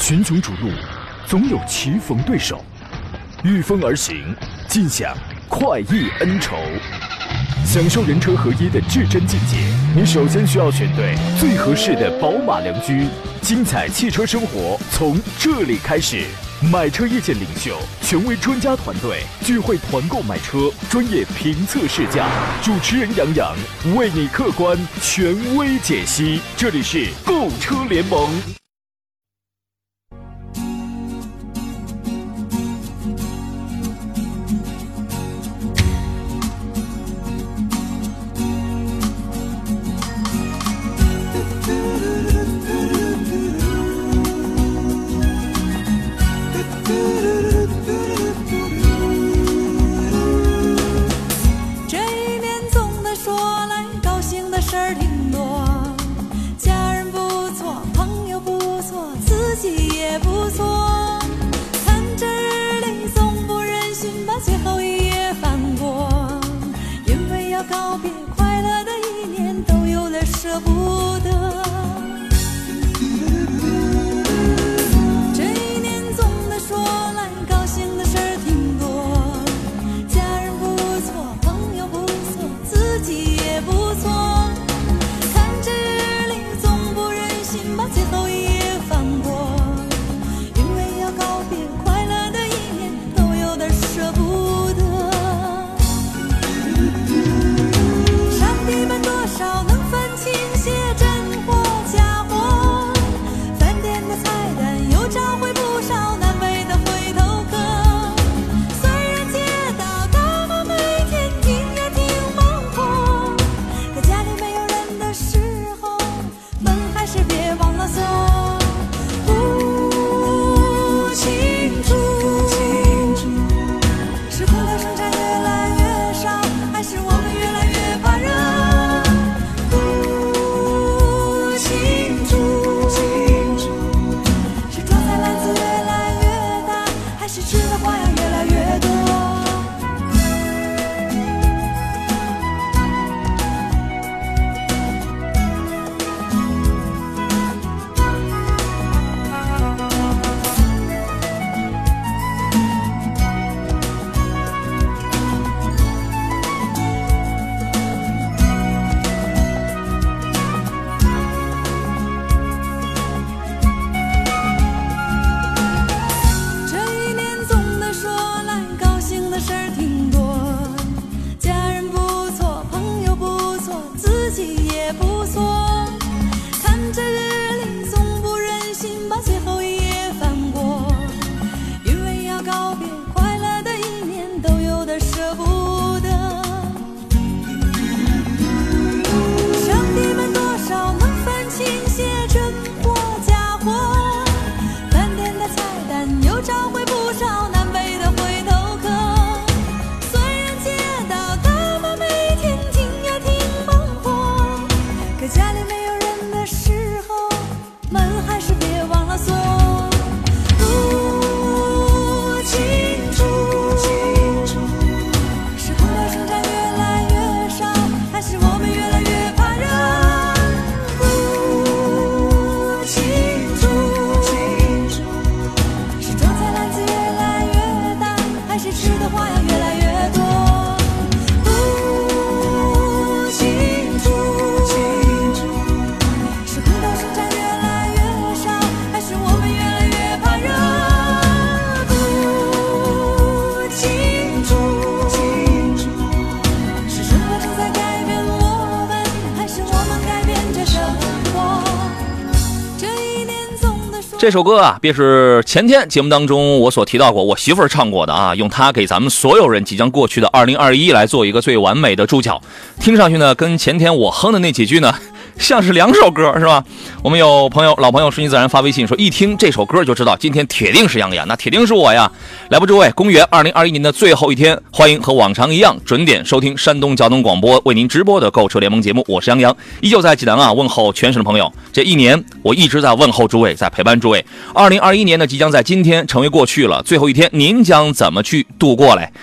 群雄逐鹿，总有棋逢对手，御风而行，尽享快意恩仇。享受人车合一的至臻境界，你首先需要选对最合适的宝马良驹。精彩汽车生活从这里开始。买车意见领袖，权威专家团队聚会团购买车，专业评测试驾，主持人杨洋为你客观权威解析。这里是购车联盟。 这首歌啊，便是前天节目当中我所提到过，我媳妇儿唱过的啊，用它给咱们所有人即将过去的2021来做一个最完美的注脚。听上去呢，跟前天我哼的那几句呢，像是两首歌，是吧？我们有老朋友顺其自然发微信说，一听这首歌就知道今天铁定是杨洋，那铁定是我呀。来吧，诸位，公元2021年的最后一天，欢迎和往常一样准点收听山东交通广播为您直播的购车联盟节目，我是杨洋，依旧在济南啊问候全省的朋友。这一年我一直在问候诸位，在陪伴诸位。2021年呢即将在今天成为过去了，最后一天您将怎么去度过嘞？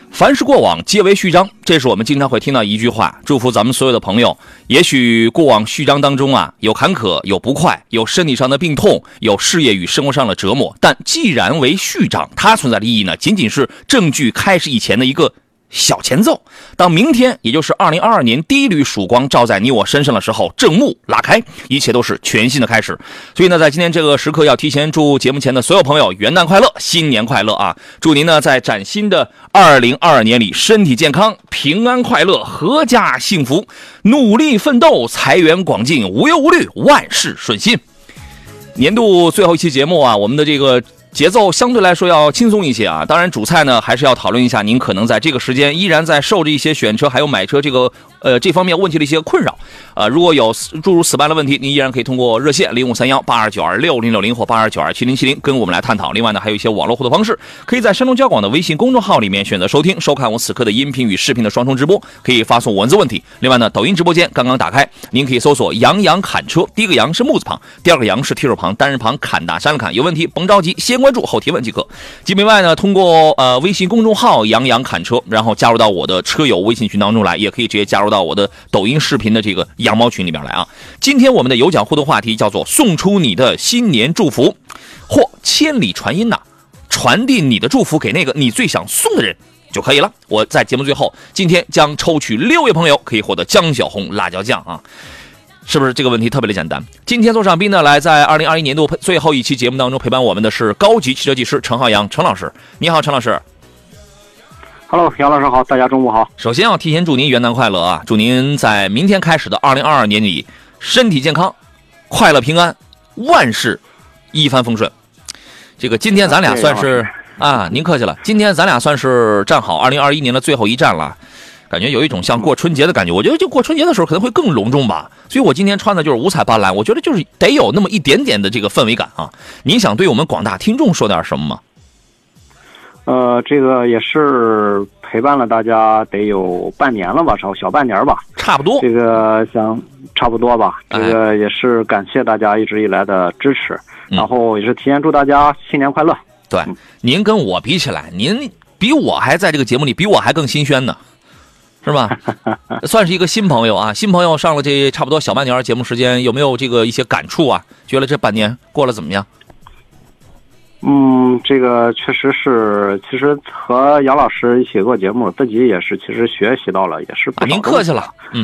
凡是过往皆为序章，这是我们经常会听到一句话。祝福咱们所有的朋友，也许过往序章当中啊，有坎坷，有不快，有身体上的病痛，有事业与生活上的折磨，但既然为序章，它存在的意义呢，仅仅是正剧开始以前的一个小前奏。当明天，也就是2022年第一缕曙光照在你我身上的时候，正幕拉开，一切都是全新的开始。所以呢，在今天这个时刻，要提前祝节目前的所有朋友元旦快乐，新年快乐啊！祝您呢在崭新的2022年里身体健康、平安快乐、阖家幸福，努力奋斗，财源广进，无忧无虑，万事顺心。年度最后一期节目啊，我们的这个节奏相对来说要轻松一些啊，当然主菜呢还是要讨论一下，您可能在这个时间依然在受着一些选车还有买车这方面问题的一些困扰如果有诸如此般的问题，您依然可以通过热线053182926060或82927070跟我们来探讨。另外呢，还有一些网络互动方式，可以在山东交广的微信公众号里面选择收听收看我此刻的音频与视频的双重直播，可以发送文字问题。另外呢，抖音直播间刚刚打开，您可以搜索杨洋侃车，第一个杨是木字旁，第二个杨是提手旁单人旁，侃大山的侃，有问题甭着急，先关注后提问即可。基本外呢，通过微信公众号杨洋侃车，然后加入到我的车友微信群当中来，也可以直接加入到我的抖音视频的这个羊毛群里边来啊。今天我们的有奖互动话题叫做送出你的新年祝福，或千里传音呐，传递你的祝福给那个你最想送的人就可以了。我在节目最后今天将抽取6位朋友，可以获得江小红辣椒酱啊。是不是这个问题特别的简单？今天做上宾呢，来在2021年度最后一期节目当中陪伴我们的是高级汽车技师陈浩洋陈老师。你好，陈老师。 Hello， 杨老师好，大家中午好。 首先要提前祝您元旦快乐啊！祝您在明天开始的2022年里身体健康、快乐平安，万事一帆风顺。这个今天咱俩算是您客气了。今天咱俩算是站好2021年的最后一站了。感觉有一种像过春节的感觉，我觉得就过春节的时候可能会更隆重吧，所以我今天穿的就是五彩斑斓，我觉得就是得有那么一点点的这个氛围感啊。您想对我们广大听众说点什么吗？ 这个也是陪伴了大家得有半年了吧，小半年吧， 差不多。 这个想差不多吧，这个也是感谢大家一直以来的支持，然后也是提前祝大家新年快乐。 对，您跟我比起来，您比我还在这个节目里比我还更新鲜呢。是吧？算是一个新朋友啊，新朋友上了这差不多小半年节目时间，有没有这个一些感触啊？觉得这半年过了怎么样？ 这个确实是，其实和杨老师一起做节目，自己也是其实学习到了，也是不少。 您客气了，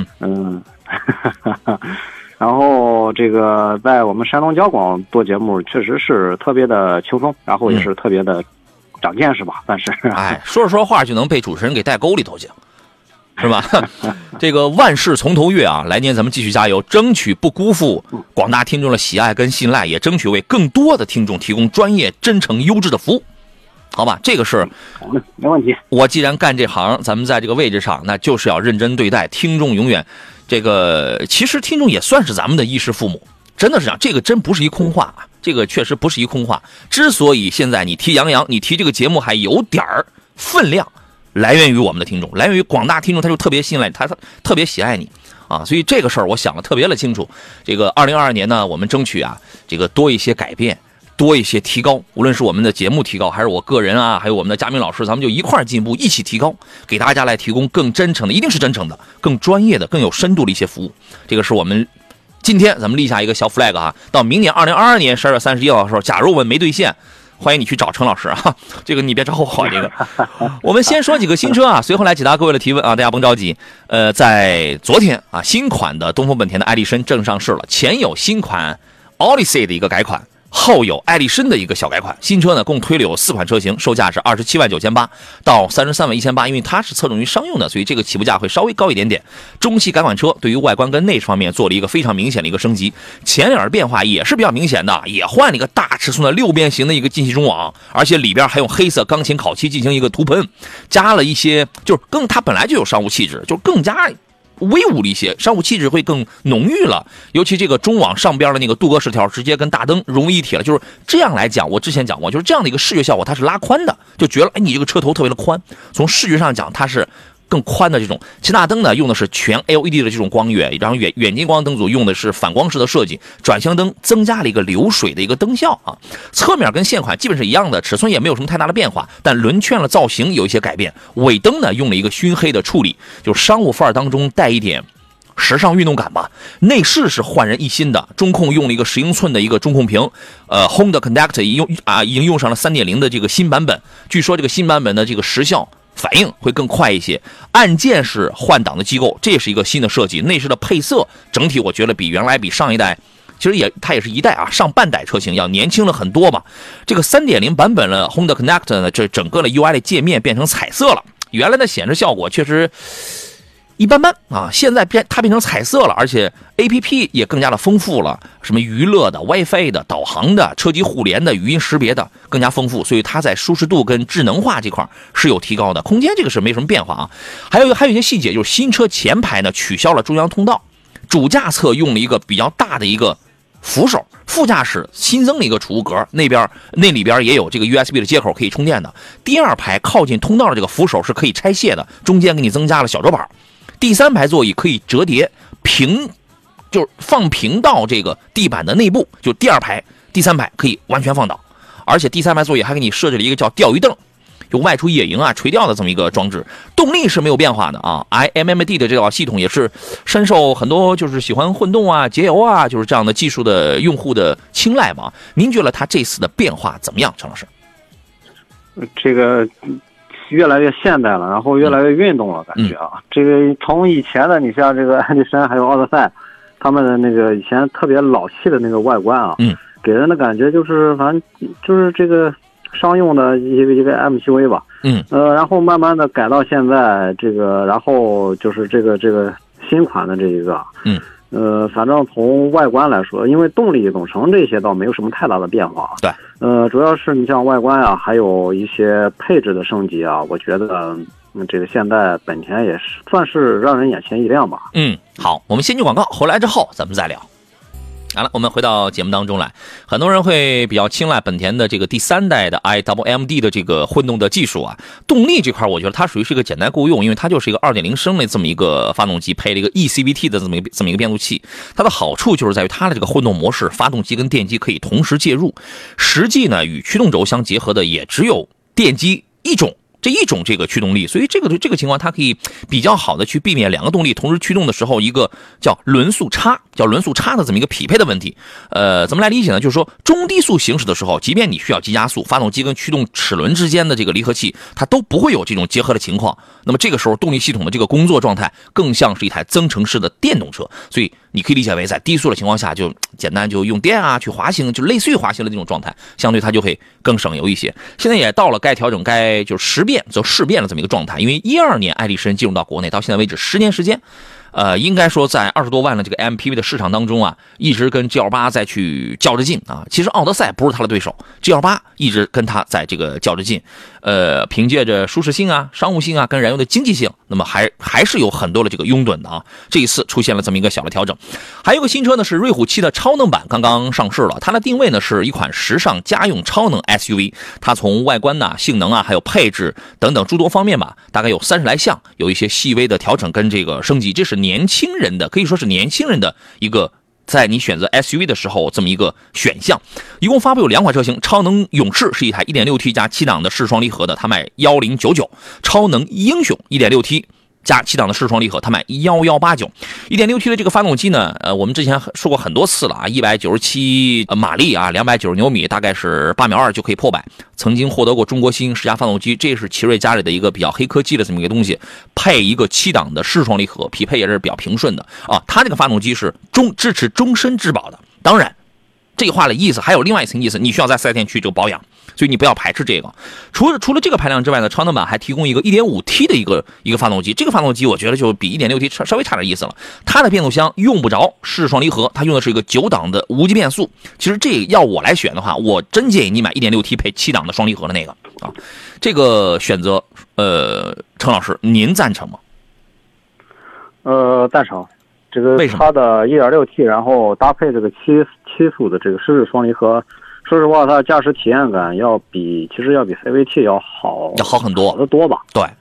然后这个在我们山东交广做节目，确实是特别的轻松，然后也是特别的长见识吧，算是。 说着说话就能被主持人给带沟里头去。是吧？这个万事从头越啊！来年咱们继续加油，争取不辜负广大听众的喜爱跟信赖，也争取为更多的听众提供专业、真诚、优质的服务。好吧，这个是没问题。 我既然干这行，咱们在这个位置上，那就是要认真对待听众。永远，这个其实听众也算是咱们的衣食父母，真的是这样。这个真不是一空话啊，这个确实不是一空话。之所以现在你提杨洋，你提这个节目还有点分量。来源于我们的听众，来源于广大听众，他就特别信赖你，他特别喜爱你啊，所以这个事儿我想的特别的清楚。这个2022年呢，我们争取啊，这个多一些改变，多一些提高，无论是我们的节目提高，还是我个人啊，还有我们的嘉宾老师，咱们就一块儿进步，一起提高，给大家来提供更真诚的，一定是真诚的，更专业的，更有深度的一些服务。这个是我们今天咱们立下一个小 flag 啊，到明年2022年12月31号的时候，假如我们没兑现。欢迎你去找陈老师啊，这个你别找我这个。我们先说几个新车啊，随后来解答各位的提问啊，大家甭着急。在昨天啊，新款的东风本田的艾力绅正上市了，前有新款 Odyssey 的一个改款，后有艾力绅的一个小改款。新车呢共推了有4款车型，售价是27.98万到33.18万，因为它是侧重于商用的，所以这个起步价会稍微高一点点。中期改款车对于外观跟内饰方面做了一个非常明显的一个升级，前脸变化也是比较明显的，也换了一个大尺寸的6边形的一个进气中网，而且里边还用黑色钢琴烤漆进行一个涂喷，加了一些就是它本来就有商务气质，就更加威武了一些，商务气质会更浓郁了。尤其这个中网上边的那个镀铬饰条直接跟大灯融为一体了，就是这样来讲，我之前讲过，就是这样的一个视觉效果，它是拉宽的，就觉得你这个车头特别的宽，从视觉上讲它是更宽的这种。前大灯呢用的是全 LED 的这种光源，然后远近光灯组用的是反光式的设计，转向灯增加了一个流水的一个灯效啊。侧面跟现款基本是一样的，尺寸也没有什么太大的变化，但轮圈的造型有一些改变。尾灯呢用了一个熏黑的处理，就是商务范儿当中带一点时尚运动感吧。内饰是焕然一新的，中控用了一个10英寸的一个中控屏，Honda Connect 已经用上了 3.0 的这个新版本，据说这个新版本的这个时效反应会更快一些，按键是换挡的机构，这也是一个新的设计。内饰的配色整体我觉得比上一代，其实它也是一代啊，上半代车型要年轻了很多吧。这个 3.0 版本的 Honda Connect 呢，这整个的 UI 的界面变成彩色了，原来的显示效果确实一般般啊，现在它变成彩色了，而且 APP 也更加的丰富了，什么娱乐的、WiFi 的、导航的、车机互联的、语音识别的更加丰富，所以它在舒适度跟智能化这块是有提高的。空间这个是没什么变化啊。还有一些细节，就是新车前排呢取消了中央通道，主驾侧用了一个比较大的一个扶手，副驾驶新增了一个储物格，那里边也有这个 USB 的接口可以充电的。第二排靠近通道的这个扶手是可以拆卸的，中间给你增加了小桌板。第三排座椅可以折叠平，就是放平到这个地板的内部，就第二排、第三排可以完全放倒，而且第三排座椅还给你设置了一个叫钓鱼凳，就外出野营啊、垂钓的这么一个装置。动力是没有变化的啊 ，iMMD 的这套系统也是深受很多就是喜欢混动啊、节油啊，就是这样的技术的用户的青睐吧。您觉得它这次的变化怎么样，陈老师？ 这个越来越现代了，然后越来越运动了，感觉啊，这个从以前的你像这个爱迪生还有奥德赛，他们的那个以前特别老气的那个外观啊，给人的感觉就是反正就是这个商用的一个 MPV 吧，然后慢慢的改到现在这个，然后就是这个新款的这一个，反正从外观来说，因为动力总成这些倒没有什么太大的变化。 对， 主要是你像外观啊，还有一些配置的升级啊，我觉得这个现在本田也是算是让人眼前一亮吧。 好，我们先去广告，回来之后咱们再聊。好了，我们回到节目当中来。很多人会比较青睐本田的这个第三代的 iWMD 的这个混动的技术啊。动力这块我觉得它属于是一个简单够用，因为它就是一个 2.0 升的这么一个发动机，配了一个 eCVT 的这么一个变速器。它的好处就是在于它的这个混动模式，发动机跟电机可以同时介入。实际呢，与驱动轴相结合的也只有电机一种这个驱动力，所以这个情况它可以比较好的去避免两个动力同时驱动的时候一个叫轮速差的这么一个匹配的问题。怎么来理解呢？就是说中低速行驶的时候，即便你需要急加速，发动机跟驱动齿轮之间的这个离合器它都不会有这种结合的情况。那么这个时候动力系统的这个工作状态更像是一台增程式的电动车，所以你可以理解为在低速的情况下就简单就用电啊去滑行，就类似于滑行的这种状态，相对它就会更省油一些。现在也到了该调整该就是试变的这么一个状态，因为12年爱迪生进入到国内，到现在为止10年时间，应该说在20多万的这个 MPV 的市场当中啊，一直跟 G28 再去较着劲啊。其实奥德赛不是他的对手， G28 一直跟他在这个较着劲。凭借着舒适性啊、商务性啊跟燃油的经济性，那么还是有很多的这个拥趸的啊。这一次出现了这么一个小的调整。还有个新车呢是瑞虎7的超能版刚刚上市了，它的定位呢是一款时尚家用超能 SUV， 它从外观呐、性能啊还有配置等等诸多方面吧，大概有30来项，有一些细微的调整跟这个升级，这是年轻人的，可以说是年轻人的一个在你选择 SUV 的时候这么一个选项。一共发布有2款车型，超能勇士是一台 1.6T 加7档的4双离合的，它卖1099；超能英雄 1.6T加7档的4双离合，它卖1189。1.6T 的这个发动机呢，我们之前说过很多次了啊，197马力啊，290牛米，大概是8秒2就可以破百，曾经获得过中国新10佳发动机，这是奇瑞家里的一个比较黑科技的这么一个东西，配一个7档的4双离合，匹配也是比较平顺的啊。它这个发动机是支持终身质保的，当然这个话的意思还有另外一层意思，你需要在4S店去这个保养，所以你不要排斥这个。除了这个排量之外呢，超能版还提供一个 1.5T 的一个发动机，这个发动机我觉得就比 1.6T 稍微差点意思了。它的变速箱用不着4双离合，它用的是一个9档的无级变速。其实这要我来选的话，我真建议你买 1.6T 配7档的双离合的那个啊。这个选择陈老师您赞成吗？ 赞成。这个它的 1.6T 然后搭配这个7速的这个湿式双离合，说实话它的驾驶体验感其实要比 CVT 要好很多，好得多吧。 对，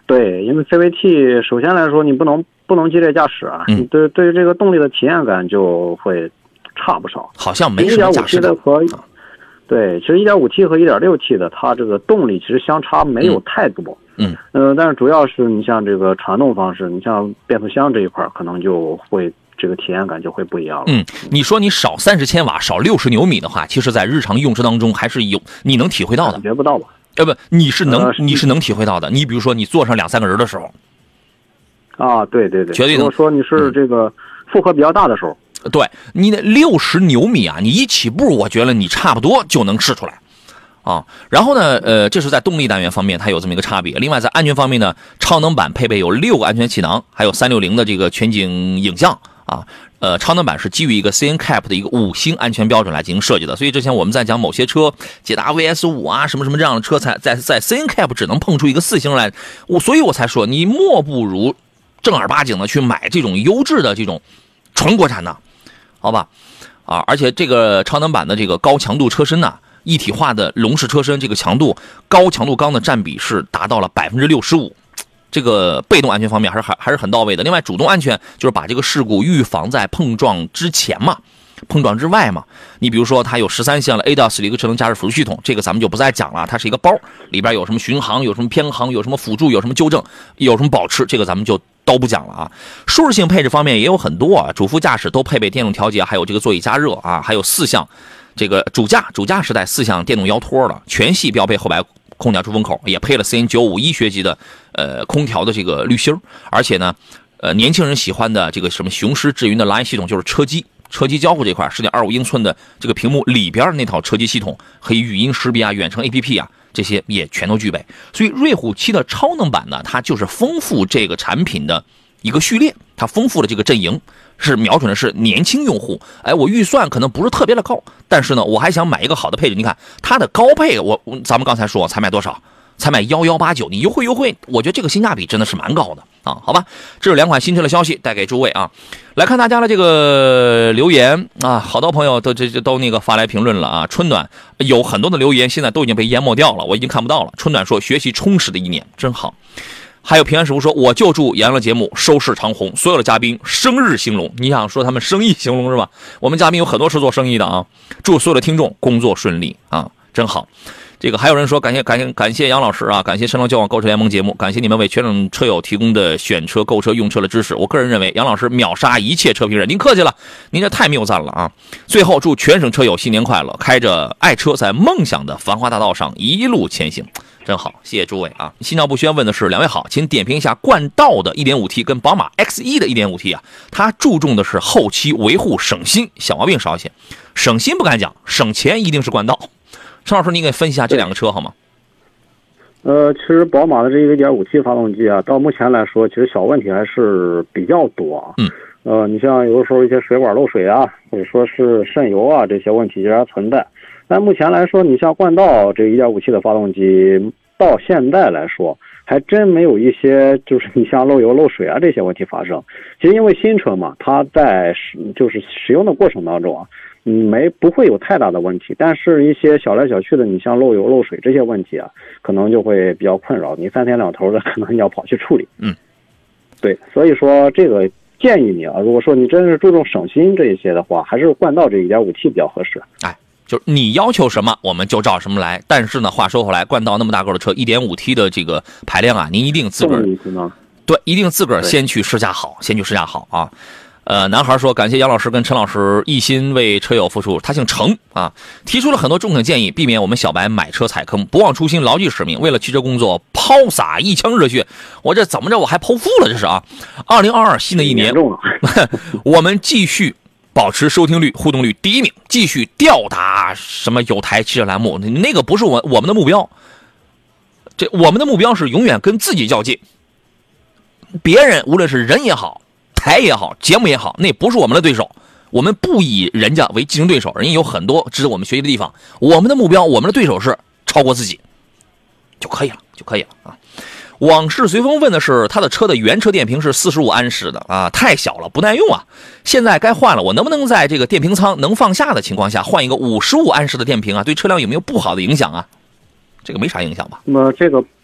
对，因为 CVT 首先来说你不能激烈驾驶啊，你对于这个动力的体验感就会差不少。 好像没什么驾驶感。 对，其实 1.5T 和 1.6T 的它这个动力其实相差没有太多。但是主要是你像这个传动方式，你像变速箱这一块可能就会这个体验感就会不一样了。 你说你少30千瓦，少60牛米的话，其实在日常用车当中还是有你能体会到的。 感觉不到吧？ 不，你是能体会到的。你比如说你坐上2-3个人的时候， 啊，对， 绝对能。 如果说你是这个负荷比较大的时候， 对你那60牛米啊，你一起步，我觉得你差不多就能试出来。然后呢，这是在动力单元方面它有这么一个差别。另外在安全方面呢，超能版配备有6个安全气囊，还有360的这个全景影像啊。超能版是基于一个 CNCAP 的一个5星安全标准来进行设计的。所以之前我们在讲某些车，捷达 VS5 啊什么这样的车在 CNCAP 只能碰出一个4星来，所以我才说你莫不如正儿八经的去买这种优质的这种纯国产的，好吧？而且这个超能版的这个高强度车身呢，一体化的笼式车身，这个高强度钢的占比是达到了65%，这个被动安全方面还是很到位的。另外，主动安全就是把这个事故预防在碰撞之前嘛，碰撞之外嘛。你比如说，它有13项的 ADAS 的一个智能驾驶辅助系统，这个咱们就不再讲了。它是一个包，里边有什么巡航，有什么偏航，有什么辅助，有什么纠正，有什么保持，这个咱们就都不讲了啊。舒适性配置方面也有很多啊，主副驾驶都配备电动调节，还有这个座椅加热啊，还有4项。这个主驾驶带4项电动摇托的，全系标配后排空调出风口，也配了 CN95医学级的空调的这个滤芯，而且呢，年轻人喜欢的这个什么雄狮智云的蓝牙系统，就是车机交互这块 10.25 英寸的这个屏幕里边那套车机系统，可以语音识别啊、远程 APP 啊，这些也全都具备。所以瑞虎7的超能版呢，它就是丰富这个产品的一个序列，它丰富了这个阵营，是瞄准的是年轻用户。我预算可能不是特别的高，但是呢，我还想买一个好的配置。你看它的高配，咱们刚才说才买多少？才买1189，你优惠，我觉得这个性价比真的是蛮高的啊。好吧，这是2款新车的消息带给诸位啊。来看大家的这个留言啊，好多朋友都那个发来评论了啊。春暖有很多的留言现在都已经被淹没掉了，我已经看不到了。春暖说学习充实的一年真好。还有平安师傅说，我就祝杨乐节目收视长虹，所有的嘉宾生日兴隆。你想说他们生意兴隆是吧？我们嘉宾有很多是做生意的啊。祝所有的听众工作顺利啊，真好。这个还有人说感谢杨老师啊，感谢深龙交往购车联盟节目，感谢你们为全省车友提供的选车、购车、用车的知识。我个人认为杨老师秒杀一切车评人，您客气了，您这太谬赞了啊！最后祝全省车友新年快乐，开着爱车在梦想的繁华大道上一路前行。真好，谢谢诸位啊！心照不宣问的是2位好，请点评一下冠道的 1.5T 跟宝马 X1 的 1.5T 啊，它注重的是后期维护省心，小毛病少一些。省心不敢讲，省钱一定是冠道。陈老师，你给分析一下这2个车好吗？ 其实宝马的这个 1.5T 发动机啊，到目前来说，其实小问题还是比较多啊。你像有的时候一些水管漏水啊，或者说是渗油啊，这些问题依然存在。但目前来说，你像冠道这 1.5T 的发动机，到现在来说，还真没有一些就是你像漏油漏水啊这些问题发生。其实因为新车嘛，它在就是使用的过程当中啊，不会有太大的问题，但是一些小来小去的，你像漏油漏水这些问题啊，可能就会比较困扰你3天2头的，可能你要跑去处理。对，所以说这个建议你啊，如果说你真是注重省心这一些的话，还是冠道这 1.5T 比较合适。 就是你要求什么，我们就照什么来。但是呢，话说回来，冠道那么大个的车 1.5T 的这个排量啊，您一定自个儿对，一定自个儿先去试驾好啊。男孩说感谢杨老师跟陈老师一心为车友付出，他姓程啊，提出了很多中肯建议，避免我们小白买车踩坑，不忘初心，牢记使命，为了汽车工作抛洒一腔热血。我这怎么着我还剖腹了这是啊。2022新的一年我们继续保持收听率、互动率第1名，继续吊打什么有台汽车栏目，那个不是我们的目标。我们的目标是永远跟自己较劲，别人无论是人也好，台也好，节目也好，那不是我们的对手。我们不以人家为竞争对手，人家有很多值得我们学习的地方。我们的目标，我们的对手是超过自己就可以了啊。往事随风问的是他的车的原车电瓶是45安时的啊，太小了不耐用啊，现在该换了。我能不能在这个电瓶仓能放下的情况下换一个55安时的电瓶啊？对车辆有没有不好的影响啊？这个没啥影响吧？ 那么这个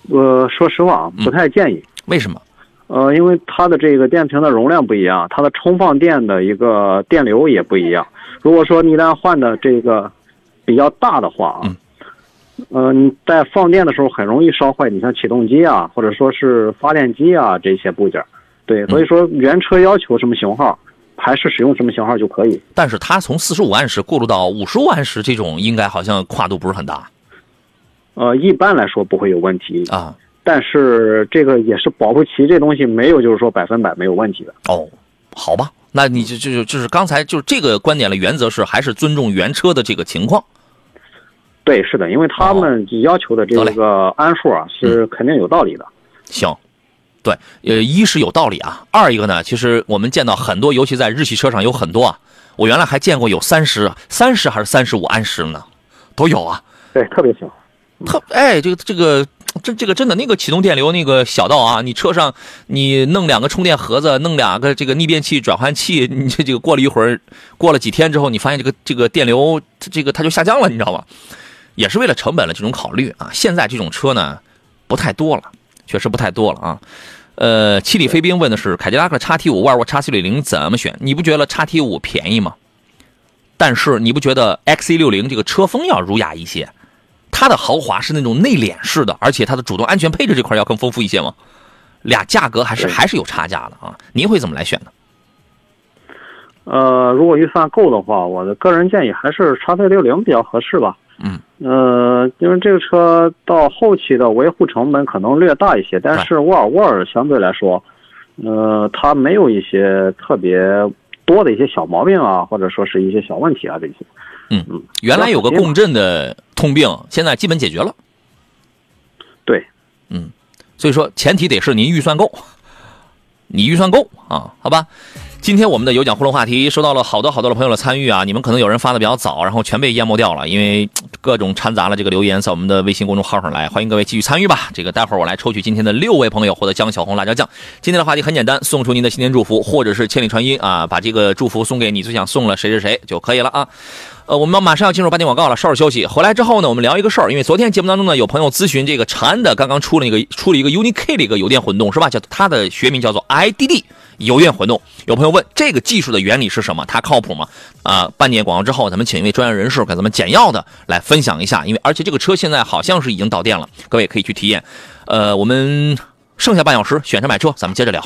说实话不太建议。 为什么？ 因为它的这个电瓶的容量不一样，它的充放电的一个电流也不一样。如果说你一旦换的这个比较大的话你在放电的时候很容易烧坏你像启动机啊，或者说是发电机啊这些部件。对，所以说原车要求什么型号，还是使用什么型号就可以。 但是它从45安时过渡到55安时，这种应该好像跨度不是很大。 一般来说不会有问题啊。 但是这个也是保不齐，这东西没有就是说100%没有问题的。 哦，好吧，那你就是刚才就是这个观点的原则是还是尊重原车的这个情况。 对，是的，因为他们要求的这个安数啊是肯定有道理的。 行，对，一是有道理啊，二一个呢，其实我们见到很多，尤其在日系车上有很多啊，我原来还见过有30还是35安时呢，都有啊。 对，特别小。 这个真的那个启动电流那个小到啊，你车上你弄2个充电盒子，弄2个这个逆变器转换器，你这个过了一会儿，过了几天之后，你发现这个电流它就下降了，你知道吗？也是为了成本的这种考虑啊。现在这种车呢不太多了，确实不太多了啊。七里飞兵问的是凯迪拉克 XT5 沃尔沃 XC60 怎么选？你不觉得 XT5 便宜吗？但是你不觉得 XC60 这个车风要儒雅一些？它的豪华是那种内敛式的，而且它的主动安全配置这块要更丰富一些吗？俩价格还是有差价的啊。您会怎么来选呢？ 如果预算够的话，我的个人建议还是 XC60 比较合适吧。因为这个车到后期的维护成本可能略大一些，但是沃尔沃相对来说，它没有一些特别多的一些小毛病啊，或者说是一些小问题啊这些。 原来有个共振的通病，现在基本解决了。 对， 所以说前提得是您预算够，你预算够啊，好吧。今天我们的有奖互动话题收到了好多的朋友的参与啊，你们可能有人发的比较早，然后全被淹没掉了，因为各种掺杂了这个留言在我们的微信公众号上来，欢迎各位继续参与吧。这个待会儿我来抽取今天的6位朋友获得江小红辣椒酱。今天的话题很简单，送出您的新年祝福或者是千里传音啊，把这个祝福送给你最想送了谁就可以了啊。我们马上要进入8点广告了，稍事休息。回来之后呢，我们聊一个事儿，因为昨天节目当中呢，有朋友咨询这个长安的刚刚出了一个 UNI-K 的一个油电混动是吧？它的学名叫做 IDD 油电混动。有朋友问这个技术的原理是什么？它靠谱吗？半点广告之后，咱们请一位专业人士给咱们简要的来分享一下，因为而且这个车现在好像是已经导电了，各位可以去体验。我们剩下半小时选车买车，咱们接着聊。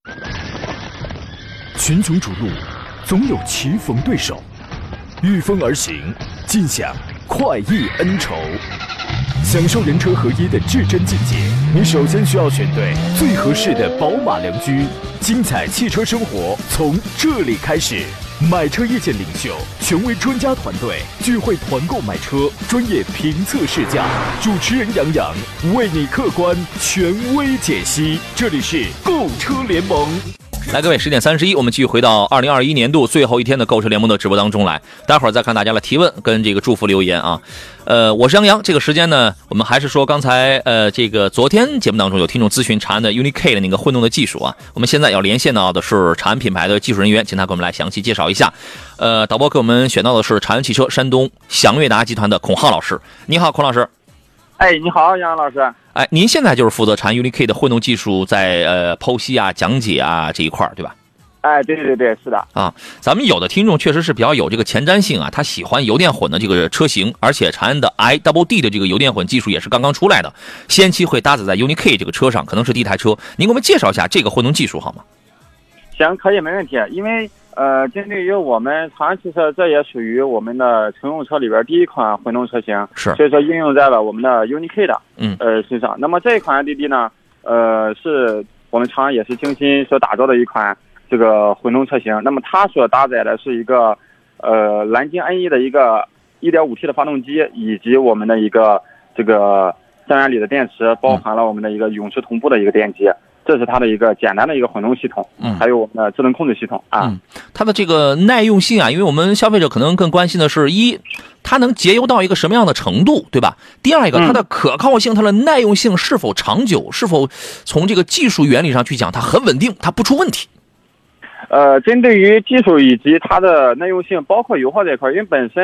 群雄逐鹿，总有棋逢对手。御风而行，尽享快意恩仇，享受人车合一的至臻境界。你首先需要选对最合适的宝马良驹，精彩汽车生活从这里开始。买车意见领袖，权威专家团队聚会团购买车，专业评测试驾，主持人杨洋为你客观权威解析。这里是购车联盟。 来，各位，10点31，我们继续回到2021年度最后一天的购车联盟的直播当中来。待会儿再看大家的提问跟这个祝福留言啊。我是杨洋。这个时间呢，我们还是说刚才这个昨天节目当中有听众咨询长安的 UNI-K 的那个混动的技术啊。我们现在要连线到的是长安品牌的技术人员，请他给我们来详细介绍一下。导播给我们选到的是长安汽车山东祥悦达集团的孔浩老师。你好，孔老师。 你好，杨老师。 您现在就是负责长安 UNI-K 的混动技术在剖析啊、讲解啊这一块，对吧？ 对，是的啊。咱们有的听众确实是比较有这个前瞻性啊，他喜欢油电混的这个车型，而且长安的 IDD 的这个油电混技术也是刚刚出来的，先期会搭载在 UNI-K 这个车上，可能是第一台车。您给我们介绍一下这个混动技术好吗？ 行，可以，没问题。因为针对于我们长安汽车，这也属于我们的乘用车里边第一款混动车型， 是， 所以说应用在了我们的 UNI-K 的身上。那么这一款 IDD 呢，是我们长安也是精心所打造的一款这个混动车型。那么它所搭载的是一个蓝鲸 N1 的一个 1.5T 的发动机，以及我们的一个这个3元锂的电池，包含了我们的一个永磁同步的一个电机。这是它的一个简单的一个混动系统，还有我们的智能控制系统啊。 它的这个耐用性啊，因为我们消费者可能更关心的是它能节油到一个什么样的程度，对吧？第二一个，它的可靠性、它的耐用性是否长久，是否从这个技术原理上去讲，它很稳定，它不出问题。 针对于技术以及它的耐用性，包括油耗这一块，因为本身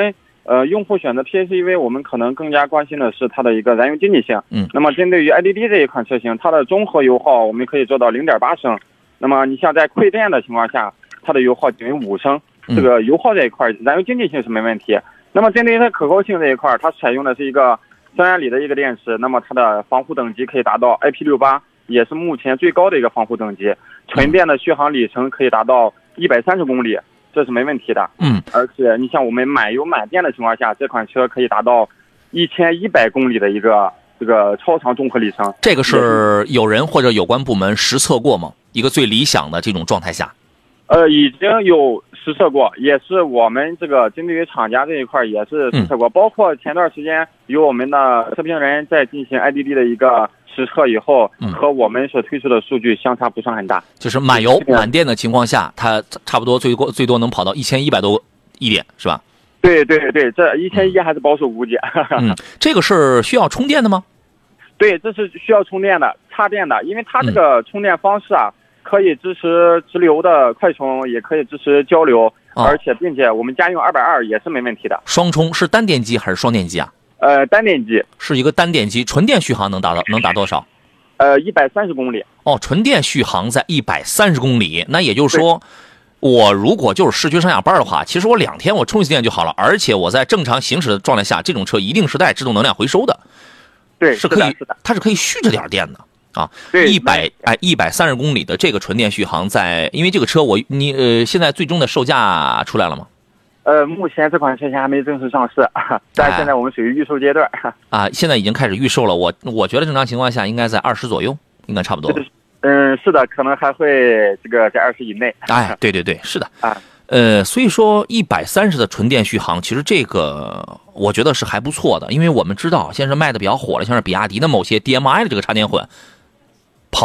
用户选择 PHEV， 我们可能更加关心的是它的一个燃油经济性。那么针对于 IDD 这一款车型，它的综合油耗我们可以做到 0.8 升。那么你像在馈电的情况下，它的油耗仅为5升。这个油耗这一块，燃油经济性是没问题。那么针对于它可靠性这一块，它采用的是一个3元锂的一个电池，那么它的防护等级可以达到 IP68， 也是目前最高的一个防护等级。纯电的续航里程可以达到130公里。这是没问题的，而且你像我们满油满电的情况下，这款车可以达到1100公里的一个这个超长综合里程。 这个是有人或者有关部门实测过吗？一个最理想的这种状态下， 已经有实测过，也是我们这个针对于厂家这一块也是实测过，包括前段时间有我们的测评人在进行 IDD 的一个实测以后，和我们所推出的数据相差不算很大。 就是满油满电的情况下，它差不多最多能跑到1100多一点，是吧？ 对，这1100还是保守估计。 这个是需要充电的吗？ 对，这是需要充电的，插电的，因为它这个充电方式啊，可以支持直流的快充，也可以支持交流，而且并且我们家用220也是没问题的。 双充是单电机还是双电机啊？ 单电机， 是一个单电机，纯电续航能达多少 ？130公里。 哦，纯电续航在130公里，那也就是说，我如果就是市区上下班的话，其实我2天我充一次电就好了，而且我在正常行驶的状态下，这种车一定是带制动能量回收的。 对， 是可以，它是可以续着点电的啊。130公里的这个纯电续航因为这个车现在最终的售价出来了吗？ 目前这款车型还没正式上市，但现在我们属于预售阶段啊。现在已经开始预售了，我觉得正常情况下应该在20左右，应该差不多。 是的，可能还会这个在20以内。 哎，对，是的啊。所以说130的纯电续航，其实这个我觉得是还不错的，因为我们知道现在卖的比较火的，像是比亚迪的某些 DMI 的这个插电混，跑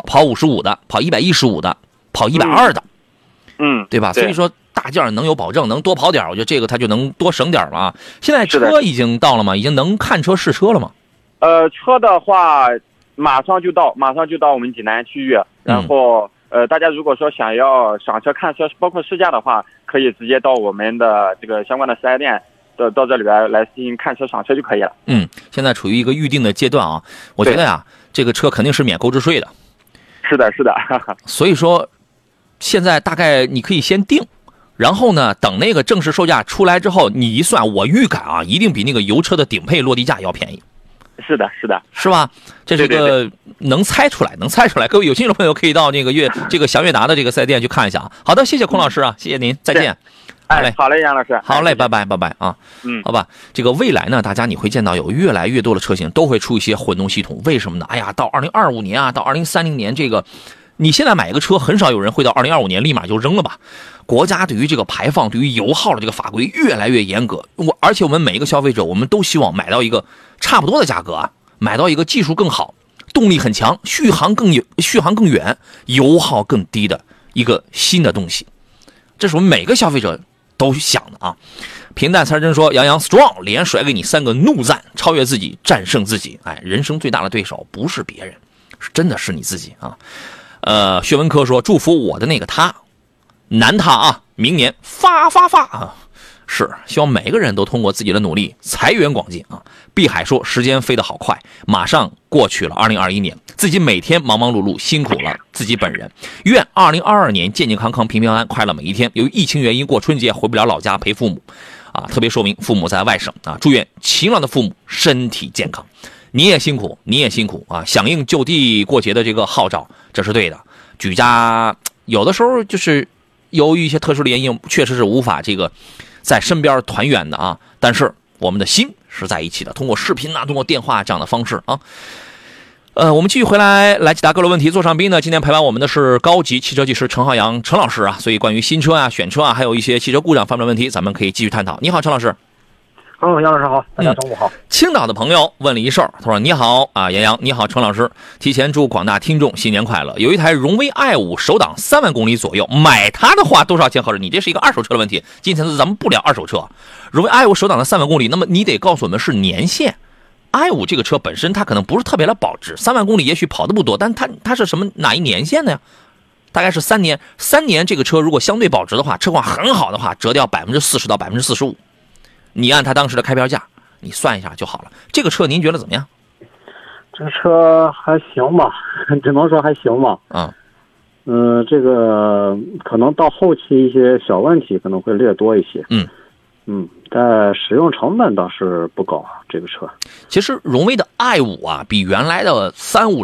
55的，跑115的，跑120的，对吧？所以说大件能有保证，能多跑点，我觉得这个它就能多省点了。现在车已经到了吗？已经能看车试车了吗？ 车的话马上就到我们济南区域，然后大家如果说想要赏车看车，包括试驾的话，可以直接到我们的这个相关的4S店到这里来进行看车赏车就可以了。 现在处于一个预定的阶段啊，我觉得呀，这个车肯定是免购置税的。 是的。 所以说，现在大概你可以先定，然后呢，等那个正式售价出来之后，你一算，我预感啊，一定比那个油车的顶配落地价要便宜。 是的， 是吧？这是个能猜出来。各位有兴趣的朋友可以到那个这个祥悦达的这个4S店去看一下啊。好的，谢谢孔老师啊，谢谢您，再见。 好嘞，杨老师。 好嘞，拜拜啊。好吧。这个未来呢，大家你会见到有越来越多的车型都会出一些混动系统，为什么呢？哎呀，到2025年啊，到2030年，这个你现在买一个车，很少有人会到2025年立马就扔了吧？国家对于这个排放、对于油耗的这个法规越来越严格，而且我们每一个消费者，我们都希望买到一个差不多的价格啊，买到一个技术更好、动力很强、续航更远、油耗更低的一个新的东西，这是我们每个消费者都想的啊。平淡才真说，杨洋 strong 连甩给你3个怒赞，超越自己，战胜自己。哎，人生最大的对手不是别人，真的是你自己啊。薛文科说，祝福我的那个他。男他啊，明年发啊！是希望每个人都通过自己的努力财源广进啊。碧海说，时间飞得好快，马上过去了2021年，自己每天忙忙碌碌，辛苦了自己本人。愿2022年健健康康、平平安安、快乐每一天。由于疫情原因，过春节回不了老家陪父母啊，特别说明父母在外省啊。祝愿勤劳的父母身体健康。你也辛苦啊！响应就地过节的这个号召，这是对的。举家有的时候就是由于一些特殊的原因，确实是无法这个在身边团圆的啊，但是我们的心是在一起的，通过视频啊，通过电话这样的方式啊。我们继续回来解答各类问题。座上宾呢，今天陪伴我们的是高级汽车技师陈浩洋陈老师啊，所以关于新车啊、选车啊，还有一些汽车故障方面的问题，咱们可以继续探讨。你好，陈老师。 杨老师好，大家中午好。 青岛的朋友问了一事儿，他说：“你好啊，杨洋，你好，陈老师，提前祝广大听众新年快乐。有一台荣威 i5 首档3万公里左右，买它的话多少钱合适？你这是一个二手车的问题，今天咱们不聊二手车。荣威 i5 首档的3万公里，那么你得告诉我们是年限。i5 这个车本身它可能不是特别的保值，3万公里也许跑的不多，但它是哪一年限的呀？大概是3年。3年这个车如果相对保值的话，车况很好的话，折掉40%到45%。 你按他当时的开票价，你算一下就好了。这个车您觉得怎么样？ 这个车还行吧，只能说还行吧。 啊， 这个可能到后期一些小问题可能会略多一些。但使用成本倒是不高。这个车其实荣威的 i5啊，比原来的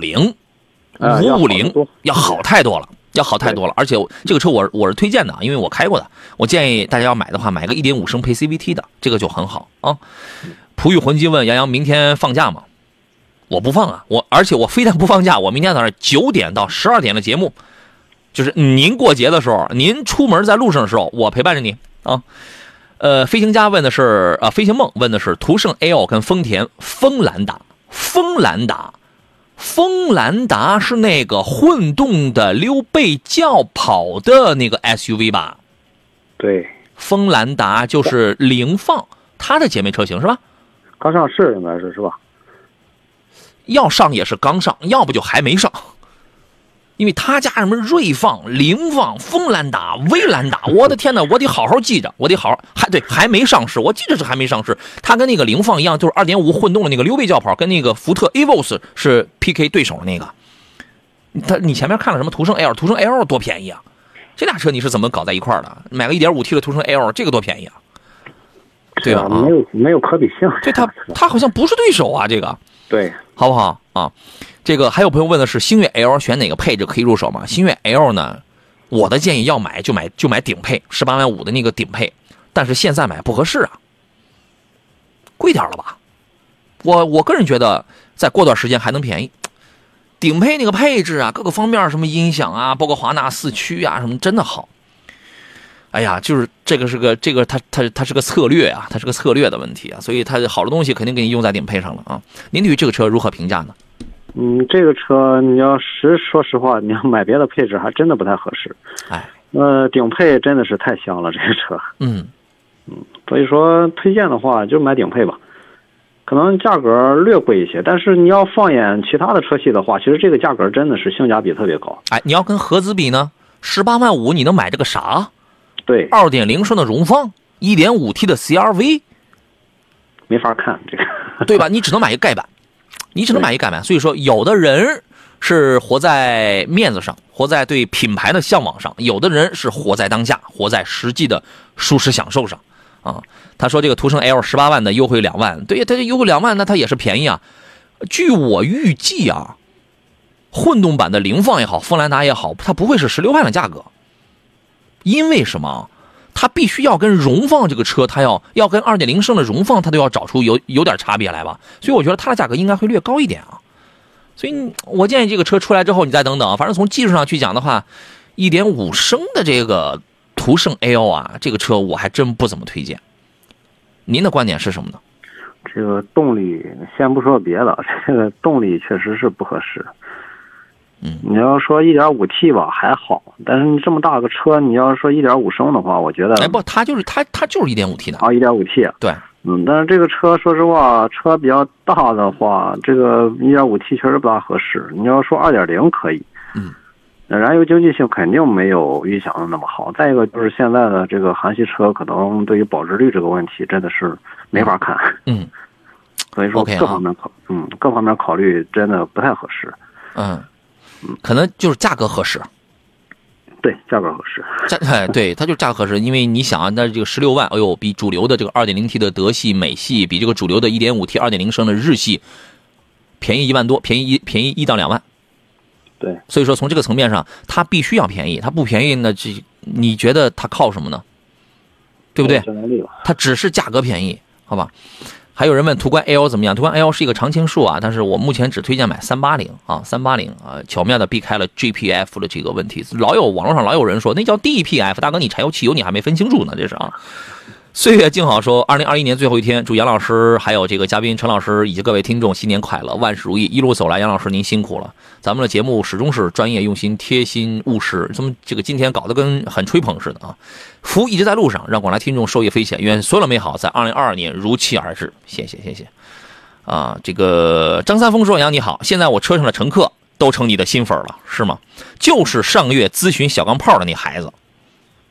350、550要好太多了，要好太多了。而且这个车我是推荐的，因为我开过的。我建议大家要买的话，买个 1.5 升配 CVT 的，这个就很好啊。璞玉魂姬问杨洋明天放假吗？我不放啊，而且我非但不放假，我明天早上9点到12点的节目，就是您过节的时候，您出门在路上的时候，我陪伴着你啊。飞行家问的是飞行梦问的是途胜 L 跟丰田锋兰达。锋兰达是那个混动的溜背轿跑的那个 SUV 吧？ 对， 锋兰达就是凌放，它的姐妹车型是吧？ 刚上市应该是吧？ 要上也是刚上，要不就还没上。因为他家什么锐放、凌放、锋兰达、威兰达，我的天哪，我得好好记着，我得好好还没上市，我记着是还没上市。它跟那个凌放一样，就是 2.5 混动的那个溜背轿跑，跟那个福特 Evos 是 PK 对手的那个。你前面看了什么途胜 L？ 途胜 L 多便宜啊！这俩车你是怎么搞在一块的？买个 1.5T 的途胜 L， 这个多便宜啊！对吧？ 没有可比性。 对，它好像不是对手啊，这个。 对， 好不好啊？这个还有朋友问的是星越 L 选哪个配置可以入手吗？星越 L 呢，我的建议要买就买顶配，18万5的那个顶配，但是现在买不合适啊，贵点了吧？我个人觉得再过段时间还能便宜。顶配那个配置啊，各个方面什么音响啊，包括华纳4驱啊，什么真的好。哎呀，就是它是个策略啊，它是个策略的问题啊，所以它好的东西肯定给你用在顶配上了啊。您对于这个车如何评价呢？ 这个车你要说实话，你要买别的配置还真的不太合适。顶配真的是太香了，这个车。所以说推荐的话就买顶配吧，可能价格略贵一些，但是你要放眼其他的车系的话，其实这个价格真的是性价比特别高。 你要跟合资比呢，18万5你能买这个啥？ 对 ，2.0升的荣放 1.5T 的 CRV 没法看这个， 对吧？你只能买一个盖板，所以说有的人是活在面子上，活在对品牌的向往上，有的人是活在当下，活在实际的舒适享受上啊。他说这个途胜 L 18万的优惠2万，对，他这优惠2万，那他也是便宜啊。据我预计啊，混动版的凌放也好，锋兰达也好，它不会是16万的价格。因为什么？它必须要跟荣放这个车，它要跟2.0升的荣放，它都要找出有点差别来吧。所以我觉得它的价格应该会略高一点啊。所以我建议这个车出来之后，你再等等。反正从技术上去讲的话，1.5升的这个途胜 L 啊，这个车我还真不怎么推荐。您的观点是什么呢？ 这个动力先不说别的，这个动力确实是不合适。你要说 1.5T 吧还好，但是你这么大个车，你要说 1.5升的话，我觉得它就是 1.5T 的 1.5T 对。 但是这个车说实话，车比较大的话，这个 1.5T 确实不大合适。你要说 2.0 可以，燃油经济性肯定没有预想的那么好。再一个就是现在的这个韩系车，可能对于保值率这个问题真的是没法看。所以说各方面考虑真的不太合适。 可能就是价格合适。 对，价格合适。 对，它就是价格合适，因为你想啊，那这个16万，哎呦，比主流的这个 2.0T 的德系、美系，比这个主流的 1.5T 2.0升的日系便宜1万多，便宜1到2万。 对， 所以说从这个层面上，它必须要便宜，它不便宜呢，你觉得它靠什么呢？对不对？它只是价格便宜，好吧？还有人问途观 L 怎么样？途观 L 是一个常青树啊，但是我目前只推荐买380啊，380啊，巧妙的避开了 GPF 的这个问题。网络上老有人说那叫 DPF， 大哥你柴油汽油你还没分清楚呢，这是啊。岁月静好说，2021年最后一天，祝杨老师还有这个嘉宾陈老师以及各位听众新年快乐，万事如意。一路走来，杨老师您辛苦了。咱们的节目始终是专业、用心、贴心、务实，咱们这个今天搞得跟很吹捧似的啊。福一直在路上，让广大听众受益匪浅，愿所有的美好在2022年如期而至。谢谢啊。这个张三丰说，杨你好，现在我车上的乘客都成你的新粉了，是吗？就是上个月咨询小钢炮的那孩子。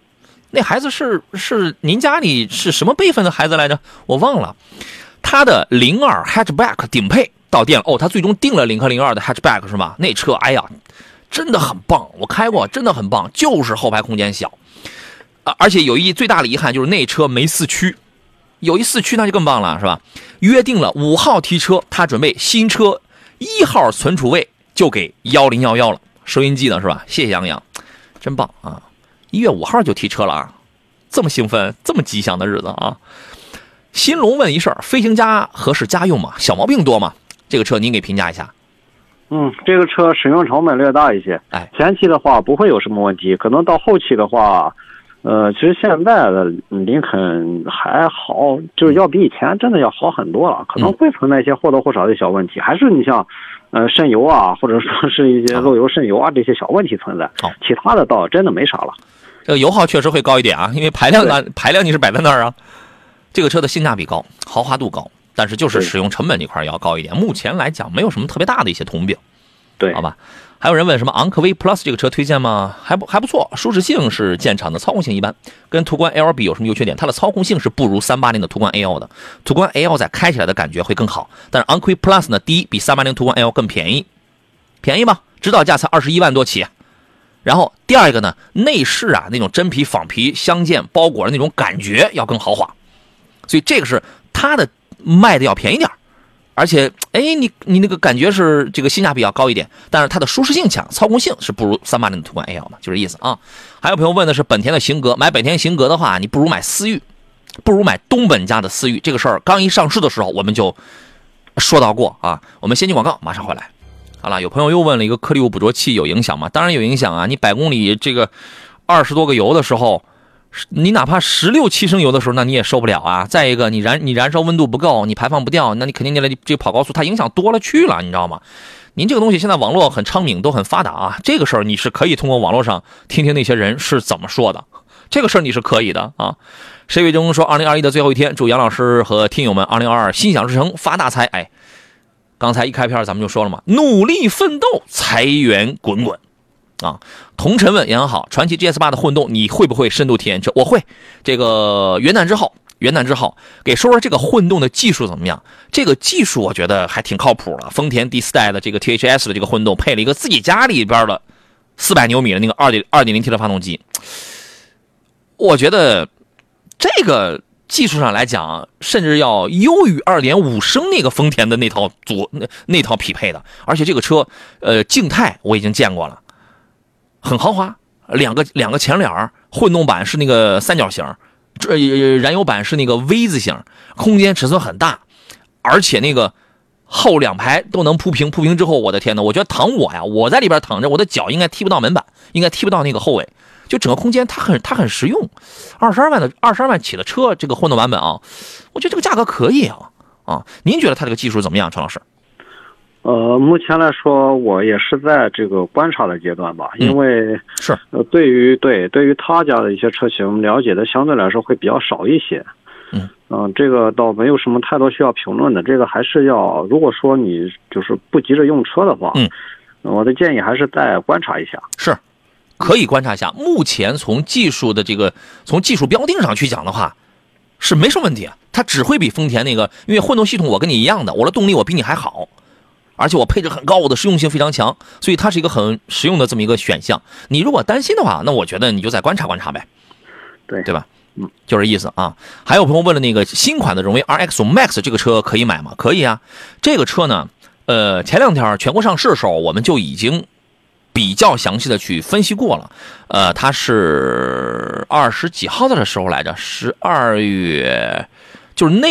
那孩子是您家里是什么辈分的孩子来着？我忘了。他的02 hatchback 顶配到店了，哦，他最终定了领克02的 hatchback 是吧？那车，哎呀，真的很棒，我开过，真的很棒，就是后排空间小，而且有一最大的遗憾就是那车没四驱，有一四驱那就更棒了，是吧？约定了5号提车，他准备新车1号存储位就给1011了，收音机呢是吧？谢谢杨洋，真棒啊！1月5号就提车了啊，这么兴奋，这么吉祥的日子啊！新龙问一事儿，飞行家合适家用吗？小毛病多吗？这个车您给评价一下。 这个车使用成本略大一些，前期的话不会有什么问题，可能到后期的话，其实现在的林肯还好，就是要比以前真的要好很多了，可能会存在一些或多或少的小问题，还是你像渗油啊，或者说是一些漏油渗油啊这些小问题存在，其他的倒真的没啥了。 这个油耗确实会高一点啊，因为排量你是摆在那儿啊。这个车的性价比高，豪华度高，但是就是使用成本这块要高一点。目前来讲没有什么特别大的一些通病， 对， 好吧。还有人问什么昂科威 Plus 这个车推荐吗？还不错，舒适性是见长的，操控性一般。跟途观 L 比有什么优缺点？它的操控性是不如380的途观 L 的，途观 L 在开起来的感觉会更好。但是昂科威 Plus 呢，第一比380途观 L 更便宜吧，指导价才21万多起。然后第二个呢，内饰啊那种真皮仿皮相间包裹的那种感觉要更豪华。所以这个是它的卖的要便宜点，而且你那个感觉是这个性价比要高一点，但是它的舒适性强，操控性是不如380的途观 L 的，就这意思啊。还有朋友问的是本田的型格，买本田型格的话，你不如买思域，不如买东本家的思域。这个事儿刚一上市的时候我们就说到过啊。我们先进广告，马上回来。好了，有朋友又问了一个颗粒物捕捉器有影响吗？当然有影响啊，你100公里这个20多个油的时候，你哪怕16、7升油的时候，那你也受不了啊。再一个，你燃烧温度不够，你排放不掉，那你肯定这个跑高速，它影响多了去了，你知道吗？您这个东西现在网络很昌明，都很发达啊。这个事儿你是可以通过网络上听听那些人是怎么说的，这个事儿你是可以的啊。谁伟忠说2021的最后一天，祝杨老师和听友们2022心想事成，发大财。哎，刚才一开篇咱们就说了嘛，努力奋斗，财源滚滚。啊，同尘问杨好，传祺 GS8 的混动你会不会深度体验车？我会。这个元旦之后给说说这个混动的技术怎么样？这个技术我觉得还挺靠谱了。丰田第4代的这个 THS 的这个混动配了一个自己家里边的400牛米的那个 2.0T 的发动机，我觉得这个技术上来讲，甚至要优于 2.5 升那个丰田的那套匹配的。而且这个车静态我已经见过了，很豪华，两个前脸，混动版是那个三角形，燃油版是那个 V 字形，空间尺寸很大，而且那个后2排都能铺平之后，我的天哪，我觉得躺我在里边躺着，我的脚应该踢不到门板，应该踢不到那个后尾，就整个空间它很实用。22万起的车，这个混动版本啊，我觉得这个价格可以啊。您觉得它这个技术怎么样，陈老师？ 目前来说，我也是在这个观察的阶段吧，因为是对于他家的一些车型了解的相对来说会比较少一些。这个倒没有什么太多需要评论的。这个还是要，如果说你就是不急着用车的话，我的建议还是再观察一下。 是，可以观察一下。目前从技术标定上去讲的话，是没什么问题啊。它只会比丰田那个，因为混动系统我跟你一样的，我的动力我比你还好。而且我配置很高，我的实用性非常强，所以它是一个很实用的这么一个选项。你如果担心的话，那我觉得你就再观察观察呗，对吧？就这意思啊。还有朋友问了那个新款的荣威 RX Max 这个车可以买吗？可以啊。这个车呢，前2天全国上市的时候，我们就已经比较详细的去分析过了。它是20几号的时候来着，12月，就是那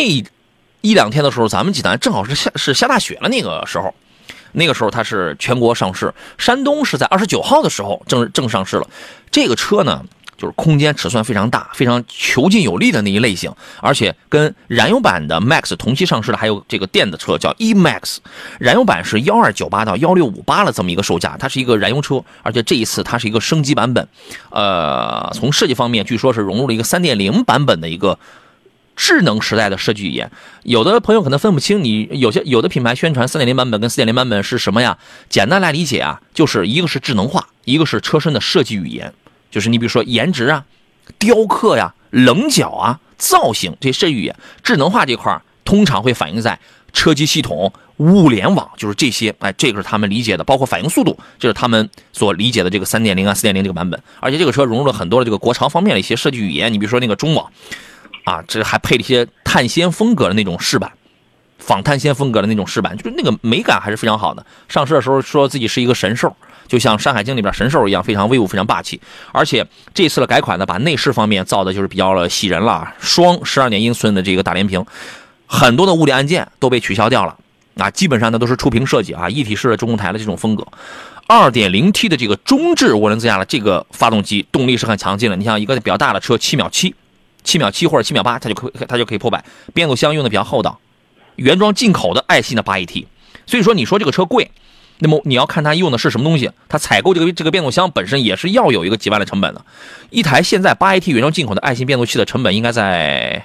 1、2天的时候，咱们济南正好是下大雪了，那个时候它是全国上市，山东是在29号的时候正上市了。这个车呢，就是空间尺寸非常大，非常遒劲有力的那一类型，而且跟燃油版的 Max 同期上市的还有这个电的车叫 E-Max， 燃油版是1298到1658了这么一个售价，它是一个燃油车，而且这一次它是一个升级版本，从设计方面据说是融入了一个 3.0 版本的一个智能时代的设计语言。有的朋友可能分不清，有的品牌宣传 3.0 版本跟 4.0 版本是什么呀？简单来理解啊，就是一个是智能化，一个是车身的设计语言。就是你比如说颜值雕刻呀、棱角啊、造型这些设计语言，智能化这块通常会反映在车机系统、物联网，就是这些，这个是他们理解的，包括反应速度，这是他们所理解的这个 3.0 啊、4.0 这个版本。而且这个车融入了很多的这个国潮方面的一些设计语言，你比如说那个中网啊，这还配了一些碳纤风格的那种饰板，仿碳纤风格的那种饰板，就是那个美感还是非常好的。上市的时候说自己是一个神兽，就像《山海经》里边神兽一样，非常威武，非常霸气。而且这次的改款呢，把内饰方面造的就是比较喜人了，双12.1英寸的这个大连屏，很多的物理按键都被取消掉了啊，基本上呢都是触屏设计啊，一体式的中控台的这种风格。2.0T 的这个中置涡轮增压的这个发动机，动力是很强劲的。你像一个比较大的车，7秒7或者7秒8，它就可以破百。变速箱用的比较厚道，原装进口的爱信的8AT。所以说，你说这个车贵，那么你要看它用的是什么东西。它采购这个变速箱本身也是要有一个几万的成本的。一台现在8AT 原装进口的爱信变速器的成本应该在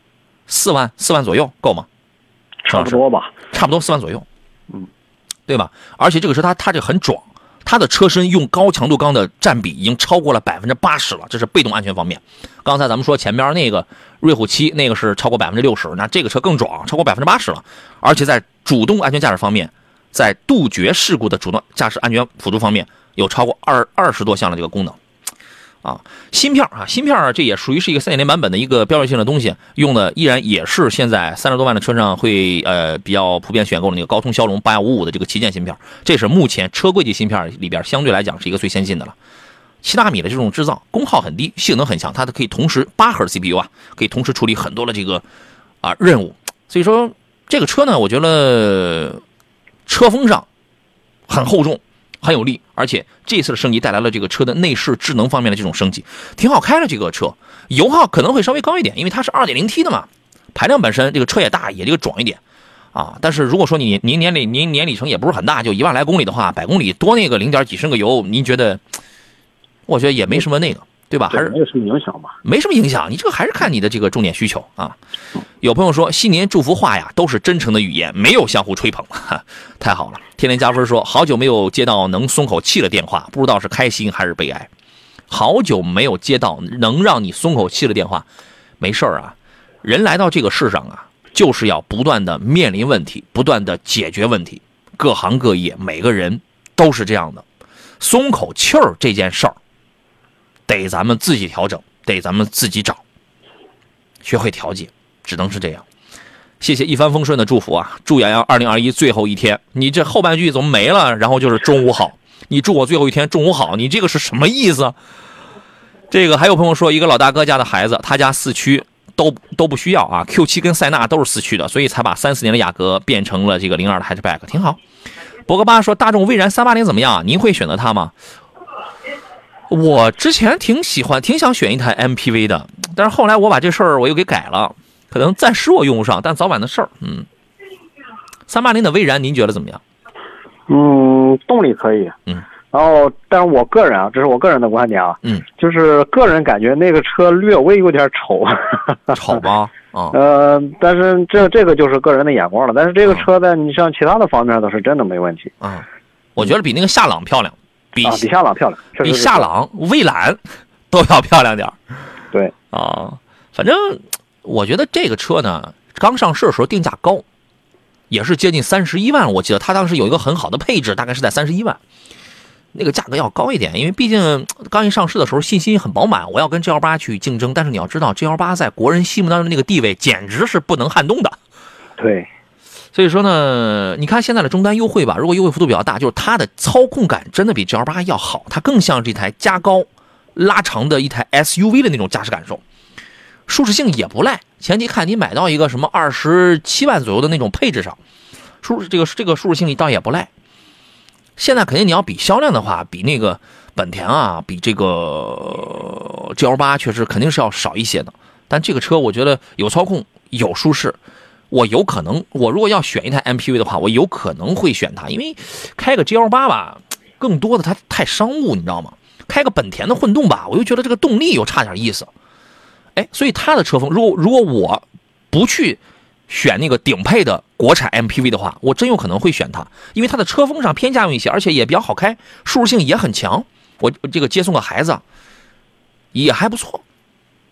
4万左右，够吗？ 差不多吧， 差不多4万左右，对吧？而且这个车它这个很壮，它的车身用高强度钢的占比已经超过了80%了，这是被动安全方面。刚才咱们说前边那个瑞虎7那个是超过60%，那这个车更壮，超过80%了。而且在主动安全驾驶方面，在杜绝事故的主动驾驶安全辅助方面，有超过20多项的这个功能。芯片这也属于是一个3.0版本的一个标志性的东西，用的依然也是现在30多万的车上会比较普遍选购的那个高通骁龙8155的这个旗舰芯片，这是目前车规级芯片里边相对来讲是一个最先进的了。7纳米的这种制造，功耗很低，性能很强，它可以同时8核 CPU 啊，可以同时处理很多的这个任务。所以说这个车呢，我觉得车风上很厚重，很有力，而且这次的升级带来了这个车的内饰智能方面的这种升级，挺好开的。这个车油耗可能会稍微高一点，因为它是2.0T 的嘛，排量本身这个车也大，也这个壮一点啊。但是如果说您年里程也不是很大，就1万来公里的话，100公里多那个0点几升个油，您觉得？我觉得也没什么那个，对吧？还是没有什么影响吧？ 没什么影响，你这个还是看你的这个重点需求啊。有朋友说新年祝福话呀，都是真诚的语言，没有相互吹捧，太好了。天天加分说好久没有接到能松口气的电话，不知道是开心还是悲哀。好久没有接到能让你松口气的电话，没事啊。人来到这个世上啊，就是要不断的面临问题，不断的解决问题。各行各业每个人都是这样的，松口气儿这件事儿。得咱们自己调整，得咱们自己找，学会调节，只能是这样。谢谢一帆风顺的祝福啊！祝洋洋2021最后一天，你这后半句怎么没了？然后就是中午好，你祝我最后一天中午好，你这个是什么意思？这个还有朋友说，一个老大哥家的孩子，他家4驱都不需要啊 ，Q7 跟塞纳都是4驱的，所以才把34年的雅阁变成了这个02的 hatchback， 挺好。博格巴说，大众蔚然380怎么样？您会选择它吗？我之前挺想选一台 MPV 的，但是后来我把这事儿我又给改了，可能暂时我用不上，但早晚的事儿。380的蔚然您觉得怎么样？ 动力可以。然后，但是我个人啊，这是我个人的观点啊，就是个人感觉那个车略微有点丑。 丑吗？ 但是这个就是个人的眼光了。但是这个车在你像其他的方面都是真的没问题。 我觉得比那个夏朗漂亮。比夏朗漂亮， 比夏朗、蔚蓝都要漂亮点。 对反正我觉得这个车呢，刚上市的时候定价高，也是接近31万。我记得它当时有一个很好的配置，大概是在31万，那个价格要高一点，因为毕竟刚一上市的时候信心很饱满，我要跟 G8 去竞争。但是你要知道 G8 在国人心目当中那个地位简直是不能撼动的。 对。 所以说呢，你看现在的终端优惠吧，如果优惠幅度比较大，就是它的操控感真的比 G8 要好，它更像是一台加高拉长的一台 SUV 的那种驾驶感受，舒适性也不赖。前提看你买到一个什么27万左右的那种配置上，这个舒适性倒也不赖。现在肯定你要比销量的话，比那个本田啊，比这个 G8 确实肯定是要少一些的。但这个车我觉得有操控，有舒适。我如果要选一台 MPV 的话，我有可能会选它，因为开个 GL8 吧，更多的它太商务，你知道吗？开个本田的混动吧，我又觉得这个动力又差点意思。所以它的车风，如果我不去选那个顶配的国产 MPV 的话，我真有可能会选它，因为它的车风上偏家用一些，而且也比较好开，舒适性也很强。我这个接送个孩子也还不错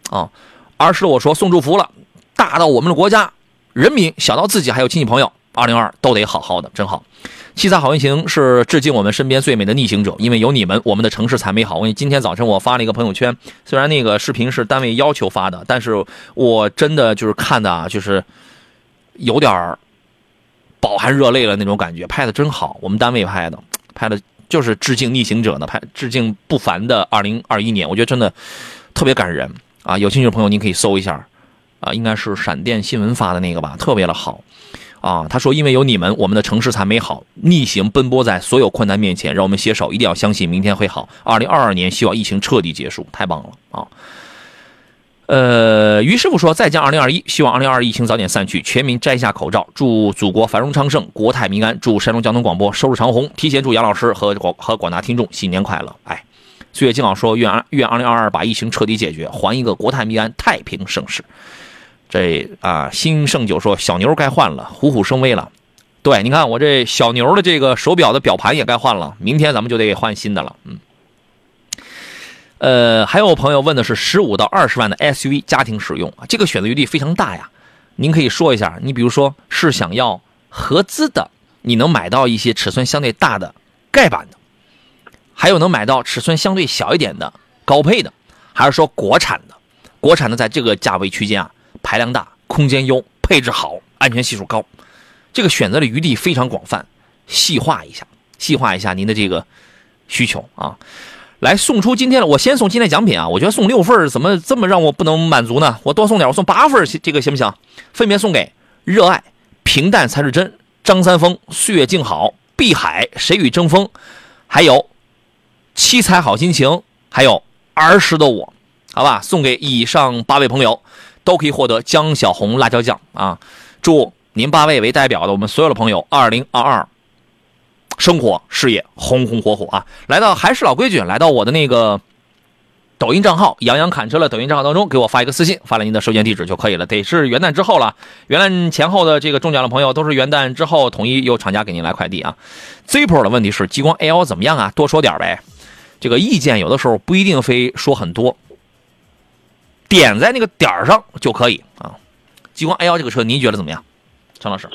啊。儿时的我说送祝福了，大到我们的国家人民，小到自己还有亲戚朋友，2022都得好好的，真好。七彩好运行是致敬我们身边最美的逆行者，因为有你们，我们的城市才美好。今天早晨我发了一个朋友圈，虽然那个视频是单位要求发的，但是我真的就是看的啊，就是有点饱含热泪了那种感觉，拍的真好。我们单位拍的就是致敬逆行者的，致敬不凡的2021年，我觉得真的特别感人啊！有兴趣的朋友您可以搜一下啊，应该是闪电新闻发的那个吧，特别的好。啊，他说因为有你们，我们的城市才美好。逆行奔波在所有困难面前，让我们携手，一定要相信明天会好。2022年希望疫情彻底结束，太棒了啊！于师傅说再见2021，希望2022疫情早点散去，全民摘下口罩，祝祖国繁荣昌盛，国泰民安，祝山东交通广播收入长虹，提前祝杨老师和广大听众新年快乐。哎，岁月静好说愿2022把疫情彻底解决，还一个国泰民安，太平盛世。这啊，新盛酒说小牛该换了，虎虎生威了。对，你看我这小牛的这个手表的表盘也该换了，明天咱们就得换新的了。还有朋友问的是15到20万的 SUV 家庭使用，这个选择余地非常大呀。您可以说一下，你比如说是想要合资的，你能买到一些尺寸相对大的盖板的，还有能买到尺寸相对小一点的高配的，还是说国产的？国产的在这个价位区间啊，排量大，空间优，配置好，安全系数高，这个选择的余地非常广泛，细化一下您的这个需求啊。来送出今天的，我先送今天的奖品啊！我觉得送6份怎么这么让我不能满足呢？我多送点，我送8份，这个行不行？分别送给热爱、平淡才是真、张三丰、岁月静好、碧海、谁与争锋，还有七彩好心情，还有儿时的我，好吧？送给以上8位朋友，都可以获得江小红辣椒酱啊！祝您8位为代表的我们所有的朋友，2022。生活事业红红火火啊！还是老规矩，来到我的那个抖音账号杨洋侃车的抖音账号当中，给我发一个私信，发了您的收件地址就可以了。得是元旦之后了，元旦前后的这个中奖的朋友都是元旦之后统一由厂家给您来快递啊。Zippo 的问题是极光 L 怎么样啊？多说点呗。这个意见有的时候不一定非说很多，点在那个点上就可以啊。极光 L 这个车您觉得怎么样，陈老师？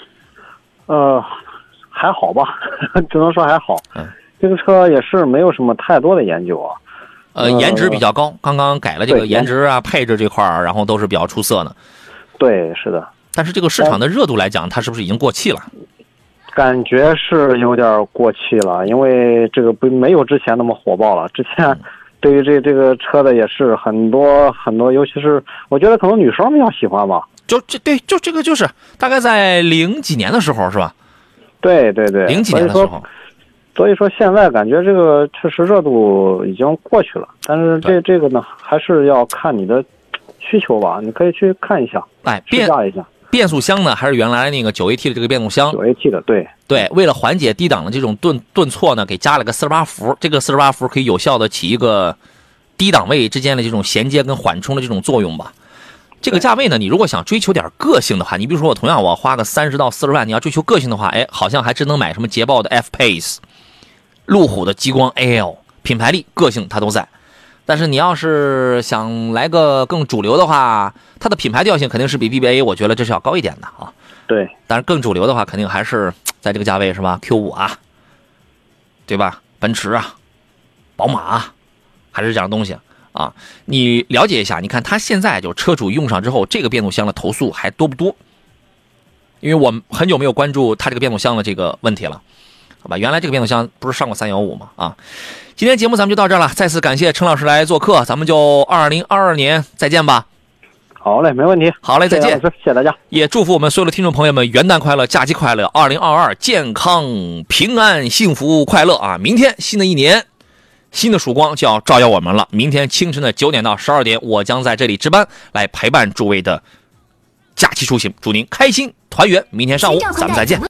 还好吧，只能说还好。这个车也是没有什么太多的研究啊。 颜值比较高，刚刚改了这个颜值啊、配置这块儿，然后都是比较出色的。 对，是的。 但是这个市场的热度来讲，它是不是已经过气了？ 感觉是有点过气了，因为这个没有之前那么火爆了。之前对于这个车的也是很多，尤其是我觉得可能女生比较喜欢吧。就这个就是大概在00几年的时候是吧？ 对 ，00几年的时候， 所以说现在感觉这个确实热度已经过去了，但是这个呢，还是要看你的需求吧，你可以去看一下，试驾一下。 变速箱呢，还是原来那个9AT 的这个变速箱 ？9AT 的， 对，为了缓解低档的这种顿挫呢，给加了个48伏，这个48伏可以有效的起一个低档位之间的这种衔接跟缓冲的这种作用吧。这个价位呢，你如果想追求点个性的话，你比如说我同样我花个30到40万，你要追求个性的话，好像还真能买什么捷豹的 F-Pace、路虎的极光 L， 品牌力、个性它都在。但是你要是想来个更主流的话，它的品牌调性肯定是比 BBA 我觉得这是要高一点的啊。 对， 但是更主流的话，肯定还是在这个价位是吧 ？Q5 啊，对吧？奔驰啊，宝马啊，还是这样东西。啊，你了解一下，你看它现在就车主用上之后，这个变速箱的投诉还多不多？因为我很久没有关注它这个变速箱的这个问题了，好吧？原来这个变速箱不是上过315吗？啊，今天节目咱们就到这儿了，再次感谢陈老师来做客，咱们就2022年再见吧。 好嘞，没问题。 好嘞，再见， 谢谢大家。 也祝福我们所有的听众朋友们元旦快乐，假期快乐，2022健康平安幸福快乐啊！明天新的一年。新的曙光就要照耀我们了。明天清晨的9点到12点，我将在这里值班，来陪伴诸位的假期出行，祝您开心团圆。明天上午咱们再见。